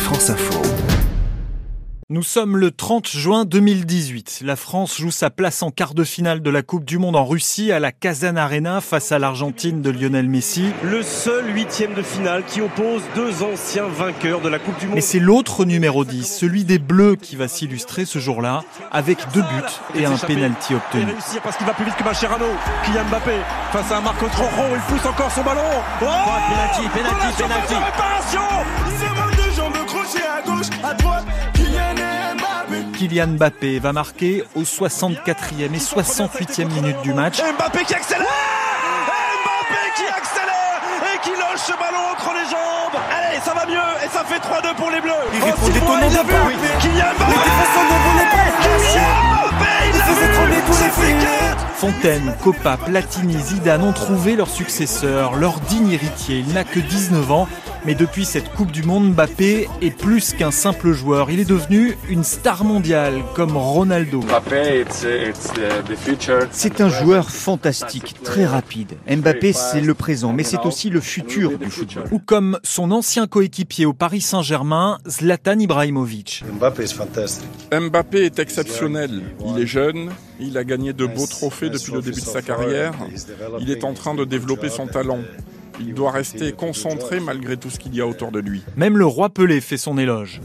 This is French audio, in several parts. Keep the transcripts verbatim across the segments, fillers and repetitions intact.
France Info. Nous sommes le trente juin deux mille dix-huit. La France joue sa place en quart de finale de la Coupe du Monde en Russie à la Kazan Arena face à l'Argentine de Lionel Messi. Le seul huitième de finale qui oppose deux anciens vainqueurs de la Coupe du Monde. Mais c'est l'autre numéro dix, celui des Bleus, qui va s'illustrer ce jour-là avec deux buts et un pénalty obtenu. Et réussir parce qu'il va plus vite que Mascherano. Kylian Mbappé face à un Marco Rojo, il pousse encore son ballon. Oh, pénalty, pénalty, pénalty. Réparation. De jambes crochet à gauche, à droite. Kylian Mbappé va marquer aux soixante-quatrième et soixante-huitième minutes du match. Mbappé qui accélère Mbappé qui accélère et qui loge ce ballon entre les jambes. Allez, ça va mieux et ça fait trois deux pour les Bleus. Il répond détonnant de but. Kylian Mbappé. Les défenseurs ne voulaient pas. Kylian Mbappé, il faisait trembler tous les filets. Fontaine, Copa, Platini, Zidane ont trouvé leur successeur, leur digne héritier. Il n'a que dix-neuf ans, mais depuis cette Coupe du Monde, Mbappé est plus qu'un simple joueur. Il est devenu une star mondiale, comme Ronaldo. Mbappé, it's, it's the, the future. C'est un joueur fantastique, très rapide. Mbappé, c'est le présent, mais c'est aussi le futur du football. Ou comme son ancien coéquipier au Paris Saint-Germain, Zlatan Ibrahimovic. Mbappé est fantastique. Mbappé est exceptionnel. Il est jeune, il a gagné de beaux trophées depuis le début de sa carrière. Il est en train de développer son talent. Il doit rester concentré malgré tout ce qu'il y a autour de lui. Même le roi Pelé fait son éloge.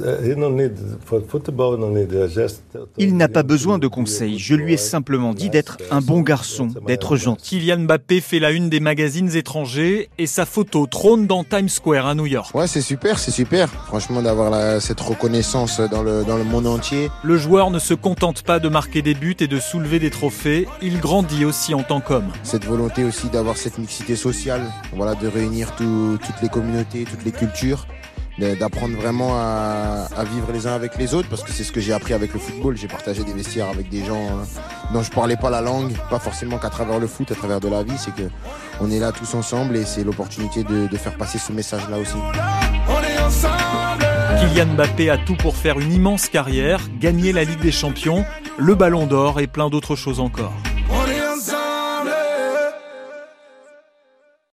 Il n'a pas besoin de conseils. Je lui ai simplement dit d'être un bon garçon, d'être gentil. Kylian Mbappé fait la une des magazines étrangers et sa photo trône dans Times Square à New York. Ouais, c'est super, c'est super. Franchement, d'avoir la, cette reconnaissance dans le, dans le monde entier. Le joueur ne se contente pas de marquer des buts et de soulever des trophées. Il grandit aussi en tant qu'homme. Cette volonté aussi d'avoir cette mixité sociale, voilà, de réunir tout, toutes les communautés, toutes les cultures, d'apprendre vraiment à, à vivre les uns avec les autres, parce que c'est ce que j'ai appris avec le football. J'ai partagé des vestiaires avec des gens hein, dont je parlais pas la langue, pas forcément qu'à travers le foot, à travers de la vie. C'est que on est là tous ensemble et c'est l'opportunité de, de faire passer ce message-là aussi. On est ensemble. Kylian Mbappé a tout pour faire une immense carrière, gagner la Ligue des Champions, le Ballon d'Or et plein d'autres choses encore.